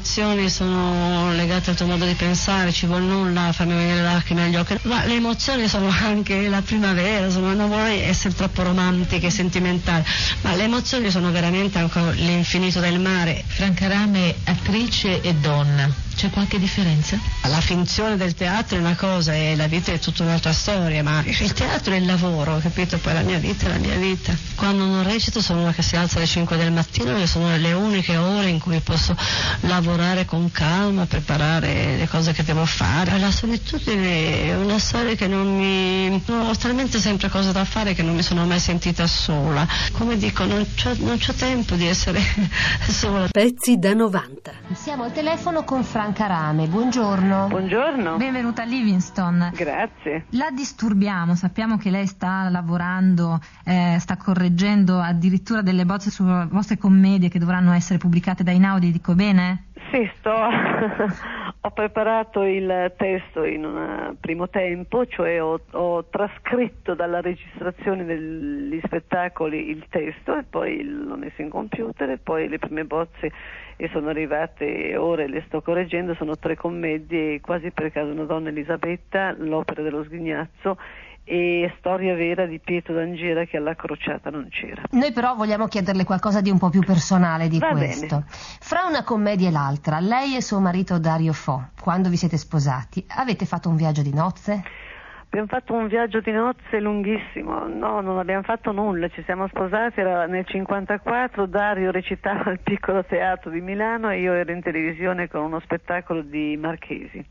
emozioni sono legate al tuo modo di pensare, ci vuol nulla a farmi venire le lacrime agli occhi, ma le emozioni sono anche la primavera, non vorrei essere troppo romantica e sentimentale, ma le emozioni sono veramente anche l'infinito del mare. Franca Rame, attrice e donna, c'è qualche differenza? La finzione del teatro è una cosa e la vita è tutta un'altra storia, ma il teatro è il lavoro, capito? Poi la mia vita è la mia vita. Quando non recito sono una che si alza alle 5 del mattino e sono le uniche ore in cui posso lavorare con calma, preparare le cose che devo fare. La solitudine è una storia che ho talmente sempre cose da fare che non mi sono mai sentita sola. Come dico, non c'ho tempo di essere sola. Pezzi da 90. Siamo al telefono con Franca Rame. Buongiorno. Buongiorno. Benvenuta a Livingston. Grazie. La disturbiamo, sappiamo che lei sta lavorando, sta correggendo addirittura delle bozze sulle vostre commedie che dovranno essere pubblicate da Einaudi, dico bene? Sì, ho preparato il testo in un primo tempo, cioè ho trascritto dalla registrazione degli spettacoli il testo e poi l'ho messo in computer e poi le prime bozze e sono arrivate, ora le sto correggendo, sono 3 commedie, Quasi per caso una donna, Elisabetta, L'opera dello Sghignazzo e Storia vera di Pietro d'Angera, che alla crociata non c'era. Noi però vogliamo chiederle qualcosa di un po' più personale di Va questo. bene. Fra una commedia e l'altra, lei e suo marito Dario Fo, quando vi siete sposati, avete fatto un viaggio di nozze? Abbiamo fatto un viaggio di nozze lunghissimo, no, non abbiamo fatto nulla, ci siamo sposati, era nel 54, Dario recitava al Piccolo Teatro di Milano e io ero in televisione con uno spettacolo di Marchesi.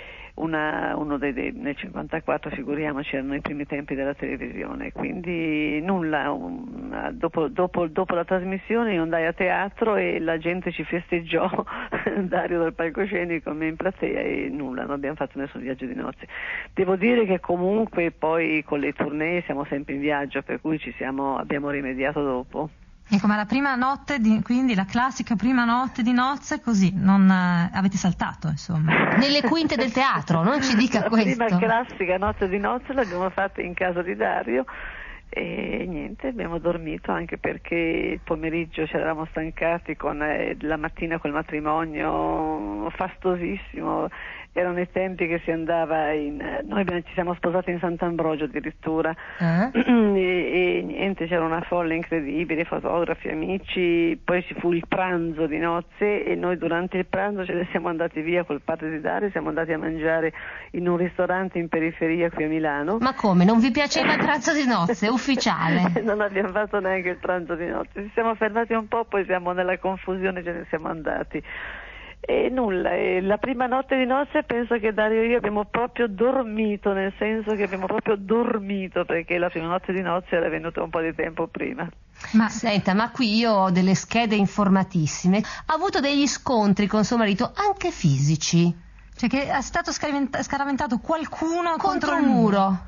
Nel 54, figuriamoci, erano i primi tempi della televisione, quindi nulla. Dopo la trasmissione io andai a teatro e la gente ci festeggiò, Dario dal palcoscenico, me in platea, e nulla, non abbiamo fatto nessun viaggio di nozze. Devo dire che comunque poi con le tournée siamo sempre in viaggio, per cui abbiamo rimediato dopo. Ecco, ma la prima notte, quindi la classica prima notte di nozze, così, non avete saltato, insomma. Nelle quinte del teatro, non ci dica questo. La prima classica notte di nozze l'abbiamo fatta in casa di Dario e niente, abbiamo dormito anche perché il pomeriggio ci eravamo stancati con la mattina col matrimonio fastosissimo. Erano i tempi che si andava noi ci siamo sposati in Sant'Ambrogio addirittura e niente, c'era una folla incredibile, fotografi, amici, poi ci fu il pranzo di nozze e noi durante il pranzo ce ne siamo andati via col padre di Dario, siamo andati a mangiare in un ristorante in periferia qui a Milano. Ma come, non vi piaceva il pranzo di nozze ufficiale? Non abbiamo fatto neanche il pranzo di nozze, ci siamo fermati un po', poi nella confusione ce ne siamo andati. E nulla, la prima notte di nozze penso che Dario e io abbiamo proprio dormito, nel senso che abbiamo proprio dormito perché la prima notte di nozze era venuta un po' di tempo prima. Ma senta, ma qui io ho delle schede informatissime. Ha avuto degli scontri con suo marito, anche fisici? Cioè che è stato scaraventato qualcuno contro il muro?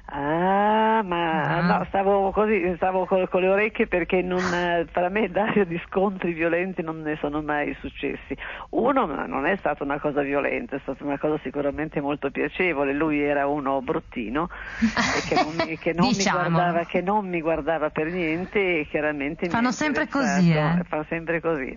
No, stavo con le orecchie perché fra me e Dario di scontri violenti non ne sono mai successi. Uno non è stata una cosa violenta, è stata una cosa sicuramente molto piacevole. Lui era uno bruttino e che non mi guardava per niente e chiaramente fanno sempre così, fanno sempre così.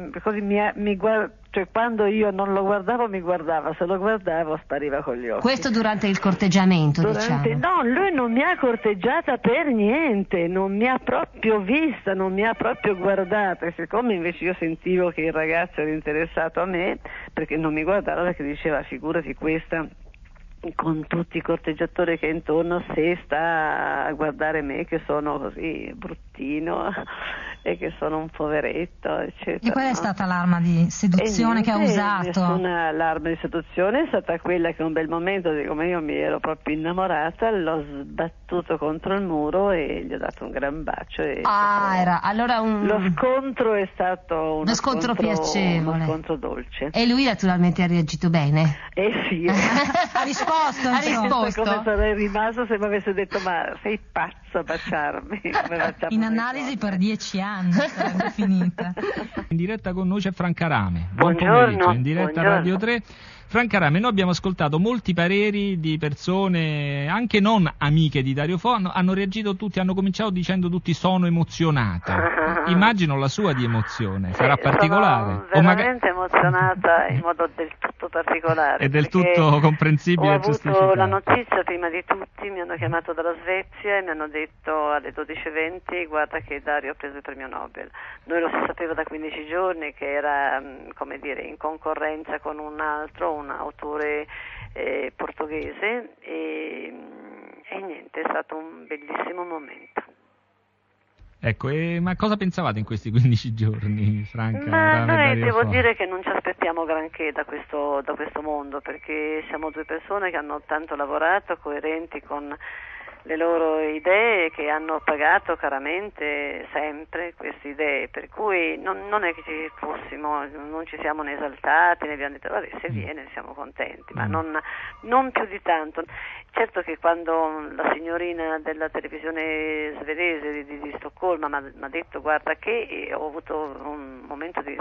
Cioè quando io non lo guardavo mi guardava, se lo guardavo spariva con gli occhi. Questo durante il corteggiamento, diciamo? No, lui non mi ha corteggiata per niente, non mi ha proprio vista, non mi ha proprio guardata. E siccome invece io sentivo che il ragazzo era interessato a me, perché non mi guardava, perché diceva figurati questa con tutti i corteggiatori che è intorno, se sta a guardare me che sono così bruttino e che sono un poveretto, eccetera. E qual è stata l'arma di seduzione che ha usato? Nessuna l'arma di seduzione, è stata quella che un bel momento, come io mi ero proprio innamorata, l'ho sbattuto contro il muro e gli ho dato un gran bacio. Lo scontro è stato uno scontro piacevole, uno scontro dolce. E lui naturalmente ha reagito bene? Sì. Ha risposto. Come sarei rimasto se mi avesse detto ma sei pazzo a baciarmi? In analisi per 10 anni sarebbe finita. In diretta con noi c'è Franca Rame. Buongiorno. In diretta Buongiorno. Radio 3. Franca Rame, noi abbiamo ascoltato molti pareri di persone anche non amiche di Dario Fo, hanno reagito tutti, hanno cominciato dicendo tutti sono emozionata. Immagino la sua di emozione, sarà particolare. Sono veramente emozionata in modo del tutto particolare. È del tutto comprensibile e giustificato. Ho avuto la notizia prima di tutti, mi hanno chiamato dalla Svezia e mi hanno detto alle 12:20 guarda che Dario ha preso il premio Nobel. Noi lo si sapeva da 15 giorni che era, come dire, in concorrenza con un autore portoghese e niente, è stato un bellissimo momento. Ecco, ma cosa pensavate in questi 15 giorni, Franca? Ma noi devo dire che non ci aspettiamo granché da questo mondo, perché siamo due persone che hanno tanto lavorato, coerenti con le loro idee, che hanno pagato caramente sempre queste idee, per cui non è che ci fossimo, non ci siamo né esaltati né abbiamo detto vabbè, se viene siamo contenti, ma non più di tanto. Certo che quando la signorina della televisione svedese di Stoccolma mi ha detto guarda che ho avuto un momento di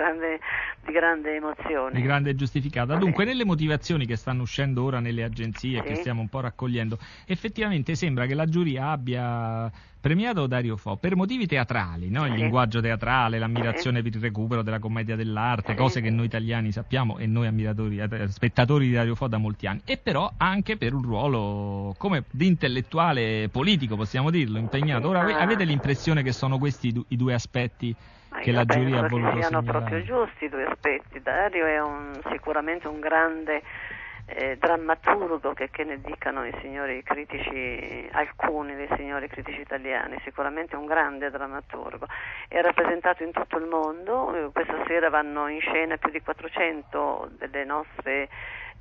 grande emozione. Di grande giustificata. Dunque, nelle motivazioni che stanno uscendo ora nelle agenzie, che stiamo un po' raccogliendo, effettivamente sembra che la giuria abbia premiato Dario Fo per motivi teatrali, no? Il linguaggio teatrale, l'ammirazione per il recupero della commedia dell'arte, cose che noi italiani sappiamo e noi ammiratori, spettatori di Dario Fo da molti anni, e però anche per un ruolo come di intellettuale politico, possiamo dirlo, impegnato. Ora avete l'impressione che sono questi i due aspetti che la giuria ha voluto segnalare? Siano proprio giusti i due aspetti. Dario è sicuramente un grande drammaturgo, che ne dicano i signori critici, alcuni dei signori critici italiani, sicuramente un grande drammaturgo, è rappresentato in tutto il mondo. Questa sera vanno in scena più di 400 delle nostre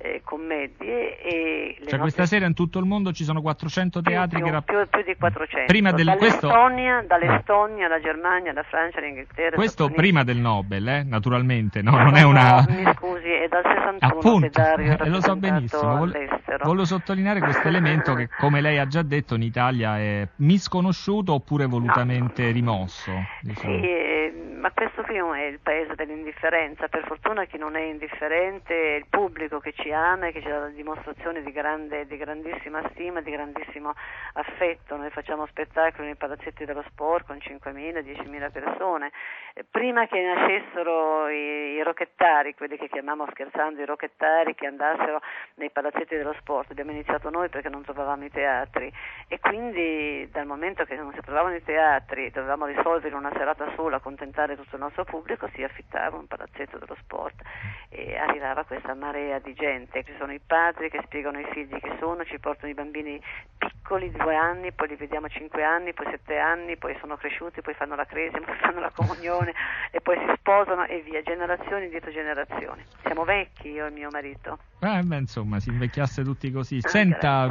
commedie e questa sera in tutto il mondo ci sono 400 teatri più di 400 prima dall'Estonia alla Germania, alla Francia, all'Inghilterra. Questo prima del Nobel, naturalmente, no, non è una... mi scusi, è dal 61 appunto, che Dario è lo so benissimo. all'estero. Voglio sottolineare questo elemento che, come lei ha già detto, in Italia è misconosciuto oppure volutamente rimosso. Diciamo. Sì, ma questo qui è il paese dell'indifferenza. Per fortuna chi non è indifferente è il pubblico che ci ama e che ci dà dimostrazione di grandissima stima, di grandissimo affetto. Noi facciamo spettacoli nei palazzetti dello sport con 5.000, 10.000 persone. Prima che nascessero i rocchettari, quelli che chiamiamo scherzando i rocchettari, che andassero nei palazzetti dello sport, abbiamo iniziato noi perché non trovavamo i teatri, e quindi dal momento che non si trovavano i teatri dovevamo risolvere una serata sola, accontentare tutto il nostro pubblico, si affittava un palazzetto dello sport e arrivava questa marea di gente. Ci sono i padri che spiegano ai figli che ci portano i bambini piccoli, 2 anni, poi li vediamo 5 anni, poi 7 anni, poi sono cresciuti, poi fanno la cresima, poi fanno la comunione e poi si sposano e via, generazioni dietro generazioni. Siamo vecchi, io e mio marito. Insomma, si invecchiasse tutti così. Senta,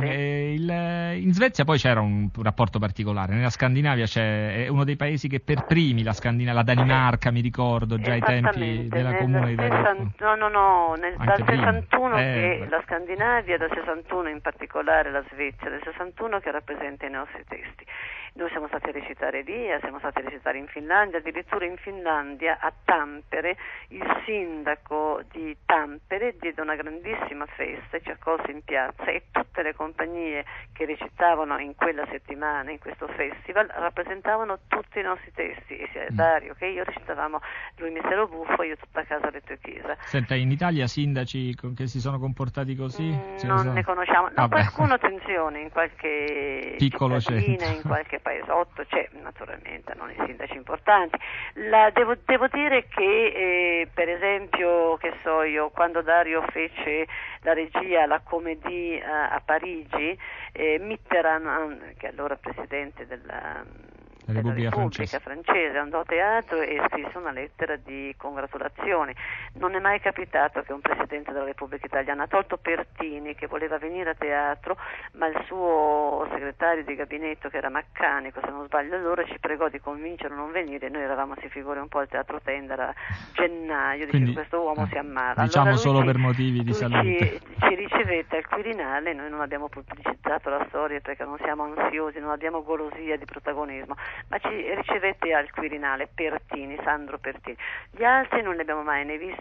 in Svezia poi c'era un rapporto particolare, nella Scandinavia è uno dei paesi che per primi, la Danimarca, mi ricordo, già ai tempi della comune di Dario. Dal 61 che la Scandinavia, dal 61 in particolare la Svezia, dal 61 che rappresenta i nostri testi. Noi siamo stati a recitare lì, siamo stati a recitare in Finlandia, addirittura in Finlandia, a Tampere, il sindaco di Tampere diede una grandissima festa, ci accolse in piazza e tutte le compagnie che recitavano in quella settimana, in questo festival, rappresentavano tutti i nostri testi, e sia Dario che io recitavamo Lui mistero buffo e io tutta a casa letto e chiesa. Senta, in Italia sindaci che si sono comportati così? Ne conosciamo, qualcuno attenzione in qualche piccolo cittadina, in qualche paesotto c'è, naturalmente, non i sindaci importanti. Devo dire che per esempio, che so io, quando Dario fece la regia alla Comédie a Parigi, Mitterrand, che è allora presidente della Repubblica francese, andò a teatro e scrisse una lettera di congratulazioni. Non è mai capitato che un presidente della Repubblica Italiana, tolto Pertini che voleva venire a teatro, ma il suo segretario di gabinetto, che era Maccanico se non sbaglio, allora ci pregò di convincerlo a non venire. Noi eravamo, si figuri un po', al Teatro Tenda a gennaio, quindi questo uomo si ammala. Diciamo allora solo per motivi di salute. Ci ricevette al Quirinale, noi non abbiamo pubblicizzato la storia perché non siamo ansiosi, non abbiamo golosia di protagonismo, ma ci ricevette al Quirinale Sandro Pertini. Gli altri non li abbiamo mai né visti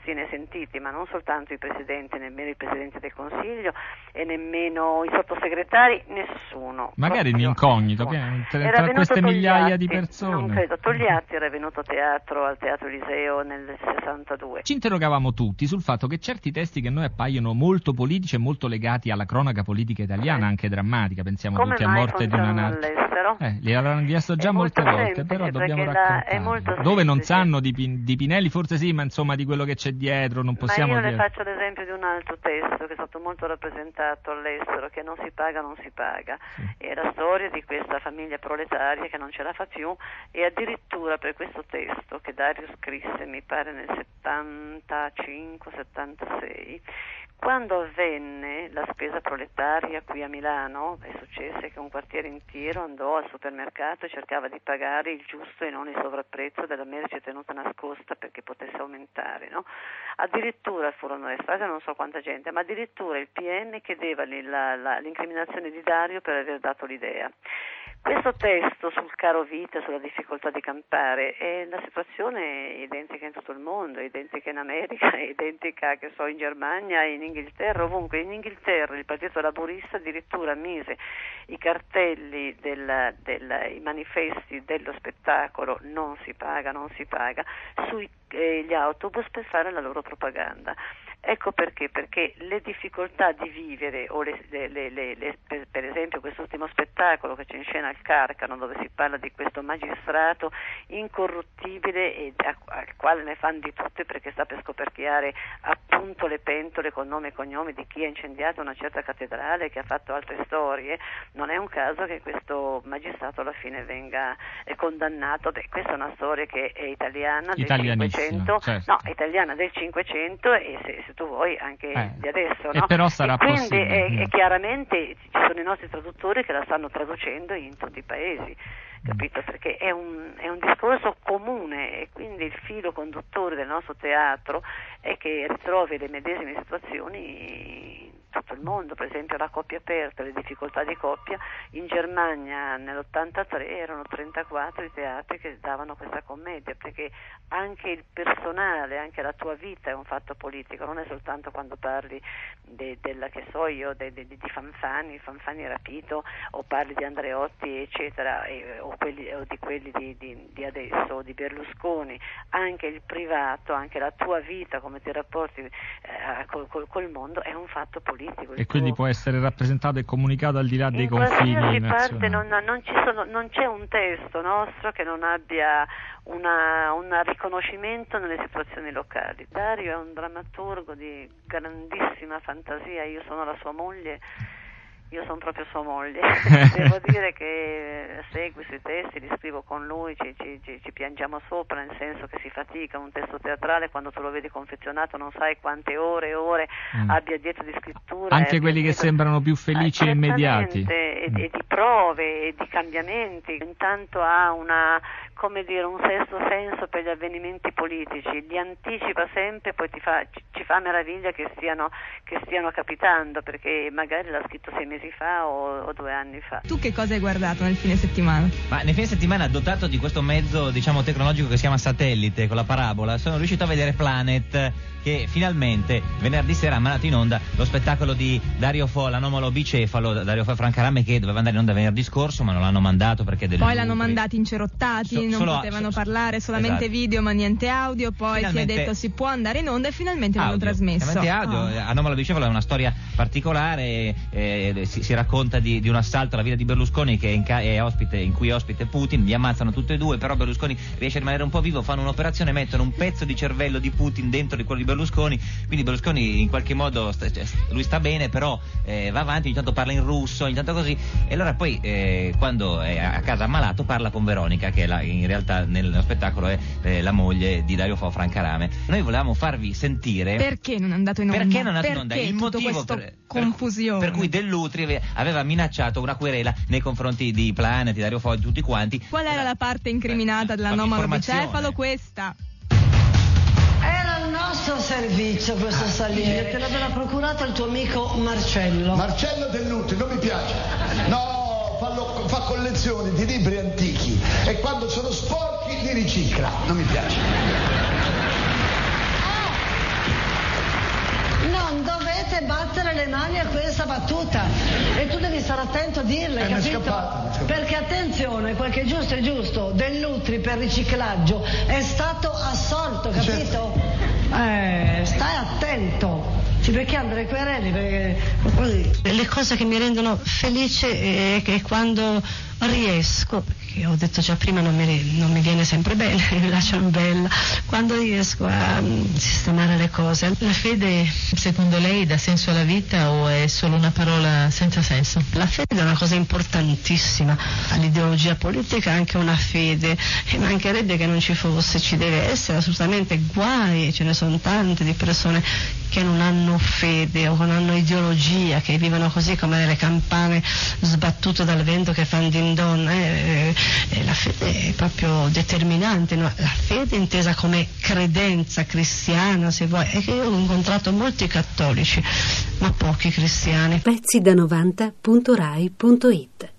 visti né sentiti, ma non soltanto i presidenti, nemmeno i presidenti del Consiglio e nemmeno i sottosegretari, nessuno. Magari in incognito, tra queste migliaia di persone. Non credo, Togliatti era venuto a teatro al Teatro Eliseo nel 62. Ci interrogavamo tutti sul fatto che certi testi che a noi appaiono molto politici e molto legati alla cronaca politica italiana, anche drammatica, pensiamo come tutti a Morte di una nazione. All'estero? Li avranno chiesto già molte volte, però dobbiamo raccontare. Dove non sanno di Pinelli, forse sì, ma insomma di quello che c'è dietro non possiamo dire. Ma io le faccio l'esempio di un altro testo che è stato molto rappresentato all'estero, che non si paga, sì. È la storia di questa famiglia proletaria che non ce la fa più, e addirittura per questo testo che Dario scrisse, mi pare nel 75-76, quando avvenne la spesa proletaria qui a Milano, è successo che un quartiere intero andò al supermercato e cercava di pagare il giusto e non il sovrapprezzo della merce tenuta nascosta perché potesse aumentare, no? Addirittura furono arrestati non so quanta gente, ma addirittura il PM chiedeva l'incriminazione di Dario per aver dato l'idea. Questo testo sul caro vita, sulla difficoltà di campare, la situazione è identica in tutto il mondo, è identica in America, è identica in Germania, in Inghilterra, ovunque. In Inghilterra il Partito Laburista addirittura mise i cartelli, i manifesti dello spettacolo non si paga, sugli autobus per fare la loro propaganda. Ecco perché le difficoltà di vivere, o per esempio quest'ultimo spettacolo che c'è in scena al Carcano, dove si parla di questo magistrato incorruttibile e al quale ne fanno di tutte perché sta per scoperchiare appunto le pentole con nome e cognome di chi ha incendiato una certa cattedrale, che ha fatto altre storie. Non è un caso che questo magistrato alla fine venga condannato. Questa è una storia che è italiana del 500, certo. No, italiana del 500 e se tu vuoi anche di adesso, no? E però sarà quindi possibile. Chiaramente ci sono i nostri traduttori che la stanno traducendo in tutti i paesi, capito? Perché è un discorso comune, e quindi il filo conduttore del nostro teatro è che ritrovi le medesime situazioni in tutto il mondo. Per esempio la coppia aperta, le difficoltà di coppia. In Germania nell'83 erano 34 i teatri che davano questa commedia, perché anche il personale, anche la tua vita è un fatto politico, non è soltanto quando parli della che so io, di Fanfani rapito, o parli di Andreotti eccetera, o di quelli di adesso, o di Berlusconi. Anche il privato, anche la tua vita, come ti rapporti col mondo, è un fatto politico. E quindi può essere rappresentato e comunicato al di là dei confini nazionali. Non c'è un testo nostro che non abbia un riconoscimento nelle situazioni locali. Dario è un drammaturgo di grandissima fantasia, io sono la sua moglie. Io sono proprio sua moglie, devo dire che seguo i suoi testi, li scrivo con lui, ci piangiamo sopra, nel senso che si fatica. Un testo teatrale, quando tu lo vedi confezionato, non sai quante ore e ore abbia dietro di scrittura. Anche quelli che sembrano più felici e immediati. E di prove e di cambiamenti. Intanto ha un sesto senso per gli avvenimenti politici, li anticipa sempre, poi ci fa meraviglia che stiano capitando, perché magari l'ha scritto 6 mesi fa o 2 anni fa. Tu che cosa hai guardato nel fine settimana? Ma nel fine settimana, dotato di questo mezzo tecnologico che si chiama satellite, con la parabola, sono riuscito a vedere Planet, che finalmente venerdì sera ha mandato in onda lo spettacolo di Dario Fo, l'anomalo bicefalo, Dario Fo Francarame, che doveva andare in onda venerdì scorso, ma non l'hanno mandato perché poi l'hanno mandati incerottati, non potevano parlare, solamente video ma niente audio. Poi finalmente si è detto si può andare in onda e finalmente l'hanno trasmesso. Anomalo bicefalo è una storia particolare, si racconta di un assalto alla villa di Berlusconi in cui è ospite Putin, li ammazzano tutti e due, però Berlusconi riesce a rimanere un po' vivo, fanno un'operazione, mettono un pezzo di cervello di Putin dentro di quello di Berlusconi, quindi Berlusconi in qualche modo lui sta bene, però va avanti, ogni tanto parla in russo, ogni tanto così, e allora poi quando è a casa ammalato parla con Veronica, che in realtà nello spettacolo è la moglie di Dario Fo Francarame. Noi volevamo farvi sentire perché non è andato in onda, perché non è andato in onda, il motivo confusione per cui Dell'Utri aveva minacciato una querela nei confronti di Planet, di Dario Fo, di tutti quanti. Qual era la parte incriminata dell'anomalo bicefalo? Questa era il nostro servizio, questo Salieri, te l'aveva procurato il tuo amico Marcello Dell'Utri. Non mi piace, no, fa collezioni di libri antichi e quando sono sporchi li ricicla, non mi piace. mani a questa battuta e tu devi stare attento a dirle, capito? Perché attenzione, quel che è giusto, del Nutri per riciclaggio è stato assolto, capito? Stai attento. Ci becchiamo delle querele perché così. Le cose che mi rendono felice è che quando riesco, perché ho detto già prima non mi viene sempre bene, mi lasciano bella, quando riesco a sistemare le cose. La fede, secondo lei, dà senso alla vita o è solo una parola senza senso? La fede è una cosa importantissima, all'ideologia politica anche una fede, e mancherebbe che non ci fosse, ci deve essere assolutamente, guai, ce ne sono tante di persone che non hanno fede o non hanno ideologia, che vivono così come delle campane sbattute dal vento che fanno din don. La fede è proprio determinante, no? La fede intesa come credenza cristiana, se vuoi, è che io ho incontrato molti cattolici ma pochi cristiani. Pezzi da 90.rai.it